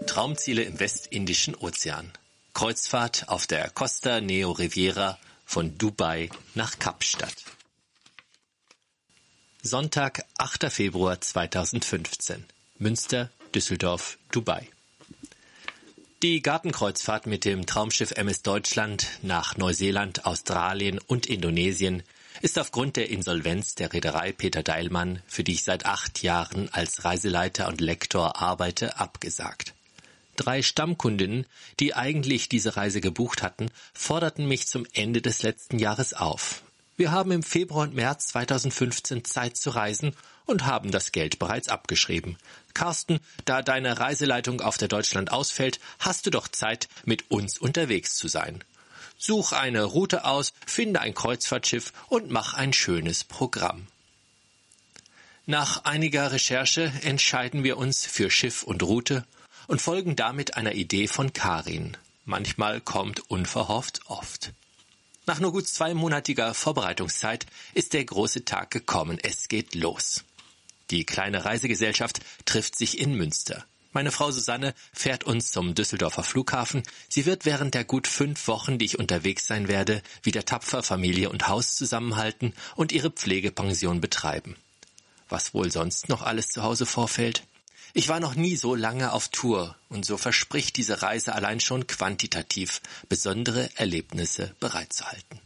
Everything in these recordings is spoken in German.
Traumziele im Westindischen Ozean. Kreuzfahrt auf der Costa Neo Riviera von Dubai nach Kapstadt. Sonntag, 8. Februar 2015. Münster, Düsseldorf, Dubai. Die Gartenkreuzfahrt mit dem Traumschiff MS Deutschland nach Neuseeland, Australien und Indonesien ist aufgrund der Insolvenz der Reederei Peter Deilmann, für die ich seit 8 Jahren als Reiseleiter und Lektor arbeite, abgesagt. 3 Stammkundinnen, die eigentlich diese Reise gebucht hatten, forderten mich zum Ende des letzten Jahres auf. Wir haben im Februar und März 2015 Zeit zu reisen und haben das Geld bereits abgeschrieben. Carsten, da deine Reiseleitung auf der Deutschland ausfällt, hast du doch Zeit, mit uns unterwegs zu sein. Such eine Route aus, finde ein Kreuzfahrtschiff und mach ein schönes Programm. Nach einiger Recherche entscheiden wir uns für Schiff und Route und folgen damit einer Idee von Karin. Manchmal kommt unverhofft oft. Nach nur gut 2-monatiger Vorbereitungszeit ist der große Tag gekommen. Es geht los. Die kleine Reisegesellschaft trifft sich in Münster. Meine Frau Susanne fährt uns zum Düsseldorfer Flughafen. Sie wird während der gut 5 Wochen, die ich unterwegs sein werde, wieder tapfer Familie und Haus zusammenhalten und ihre Pflegepension betreiben. Was wohl sonst noch alles zu Hause vorfällt? Ich war noch nie so lange auf Tour und so verspricht diese Reise allein schon quantitativ besondere Erlebnisse bereitzuhalten.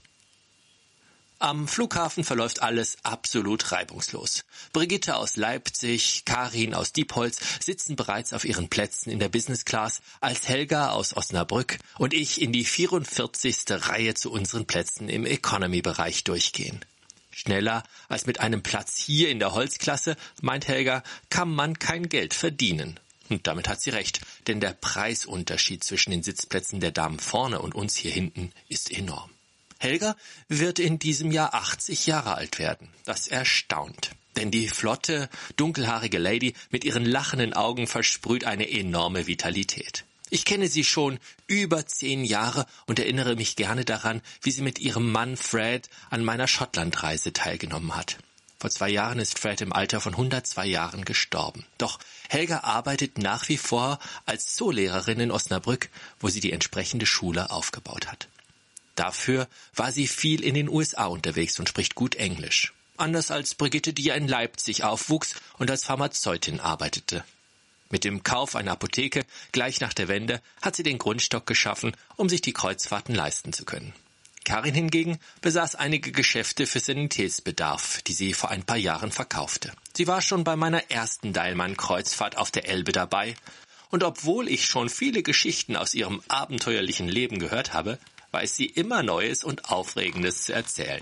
Am Flughafen verläuft alles absolut reibungslos. Brigitte aus Leipzig, Karin aus Diepholz sitzen bereits auf ihren Plätzen in der Business Class, als Helga aus Osnabrück und ich in die 44. Reihe zu unseren Plätzen im Economy-Bereich durchgehen. Schneller als mit einem Platz hier in der Holzklasse, meint Helga, kann man kein Geld verdienen. Und damit hat sie recht, denn der Preisunterschied zwischen den Sitzplätzen der Damen vorne und uns hier hinten ist enorm. Helga wird in diesem Jahr 80 Jahre alt werden. Das erstaunt. Denn die flotte, dunkelhaarige Lady mit ihren lachenden Augen versprüht eine enorme Vitalität. Ich kenne sie schon über 10 Jahre und erinnere mich gerne daran, wie sie mit ihrem Mann Fred an meiner Schottlandreise teilgenommen hat. Vor 2 Jahren ist Fred im Alter von 102 Jahren gestorben. Doch Helga arbeitet nach wie vor als Zoollehrerin in Osnabrück, wo sie die entsprechende Schule aufgebaut hat. Dafür war sie viel in den USA unterwegs und spricht gut Englisch. Anders als Brigitte, die ja in Leipzig aufwuchs und als Pharmazeutin arbeitete. Mit dem Kauf einer Apotheke gleich nach der Wende hat sie den Grundstock geschaffen, um sich die Kreuzfahrten leisten zu können. Karin hingegen besaß einige Geschäfte für Sanitätsbedarf, die sie vor ein paar Jahren verkaufte. Sie war schon bei meiner ersten Deilmann-Kreuzfahrt auf der Elbe dabei und obwohl ich schon viele Geschichten aus ihrem abenteuerlichen Leben gehört habe, weiß sie immer Neues und Aufregendes zu erzählen.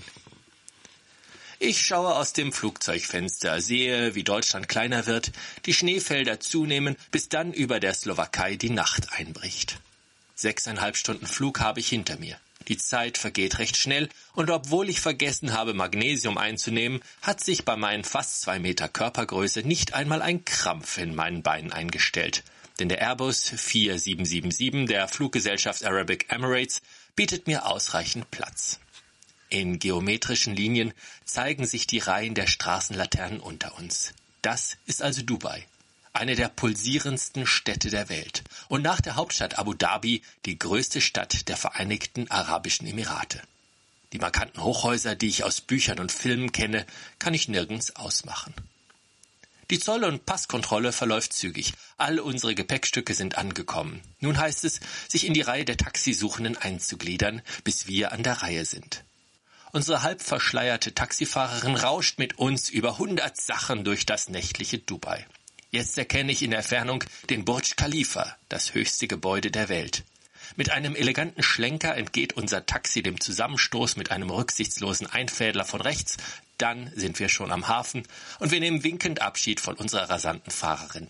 Ich schaue aus dem Flugzeugfenster, sehe, wie Deutschland kleiner wird, die Schneefelder zunehmen, bis dann über der Slowakei die Nacht einbricht. 6,5 Stunden Flug habe ich hinter mir. Die Zeit vergeht recht schnell und obwohl ich vergessen habe, Magnesium einzunehmen, hat sich bei meinen fast 2 Meter Körpergröße nicht einmal ein Krampf in meinen Beinen eingestellt. Denn der Airbus 4777 der Fluggesellschaft Arabic Emirates bietet mir ausreichend Platz. In geometrischen Linien zeigen sich die Reihen der Straßenlaternen unter uns. Das ist also Dubai, eine der pulsierendsten Städte der Welt und nach der Hauptstadt Abu Dhabi die größte Stadt der Vereinigten Arabischen Emirate. Die markanten Hochhäuser, die ich aus Büchern und Filmen kenne, kann ich nirgends ausmachen. Die Zoll- und Passkontrolle verläuft zügig. All unsere Gepäckstücke sind angekommen. Nun heißt es, sich in die Reihe der Taxisuchenden einzugliedern, bis wir an der Reihe sind. Unsere halb verschleierte Taxifahrerin rauscht mit uns über 100 Sachen durch das nächtliche Dubai. Jetzt erkenne ich in der Fernung den Burj Khalifa, das höchste Gebäude der Welt. Mit einem eleganten Schlenker entgeht unser Taxi dem Zusammenstoß mit einem rücksichtslosen Einfädler von rechts. Dann sind wir schon am Hafen und wir nehmen winkend Abschied von unserer rasanten Fahrerin.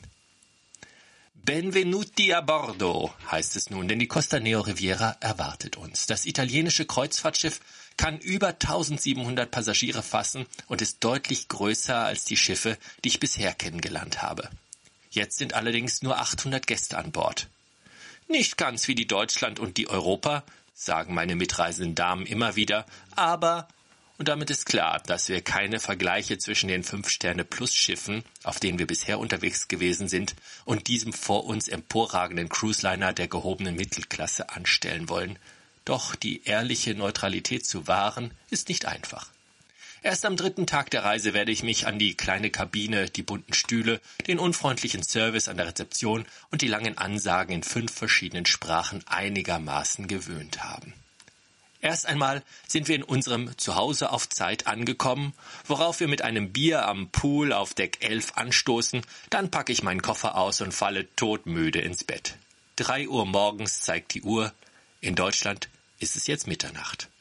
Benvenuti a bordo, heißt es nun, denn die Costa Neo Riviera erwartet uns. Das italienische Kreuzfahrtschiff kann über 1700 Passagiere fassen und ist deutlich größer als die Schiffe, die ich bisher kennengelernt habe. Jetzt sind allerdings nur 800 Gäste an Bord. Nicht ganz wie die Deutschland und die Europa, sagen meine mitreisenden Damen immer wieder, aber Und damit ist klar, dass wir keine Vergleiche zwischen den 5-Sterne-Plus-Schiffen, auf denen wir bisher unterwegs gewesen sind, und diesem vor uns emporragenden Cruiseliner der gehobenen Mittelklasse anstellen wollen. Doch die ehrliche Neutralität zu wahren, ist nicht einfach. Erst am 3. Tag der Reise werde ich mich an die kleine Kabine, die bunten Stühle, den unfreundlichen Service an der Rezeption und die langen Ansagen in 5 verschiedenen Sprachen einigermaßen gewöhnt haben. Erst einmal sind wir in unserem Zuhause auf Zeit angekommen, worauf wir mit einem Bier am Pool auf Deck 11 anstoßen, dann packe ich meinen Koffer aus und falle todmüde ins Bett. 3 Uhr morgens zeigt die Uhr, in Deutschland ist es jetzt Mitternacht.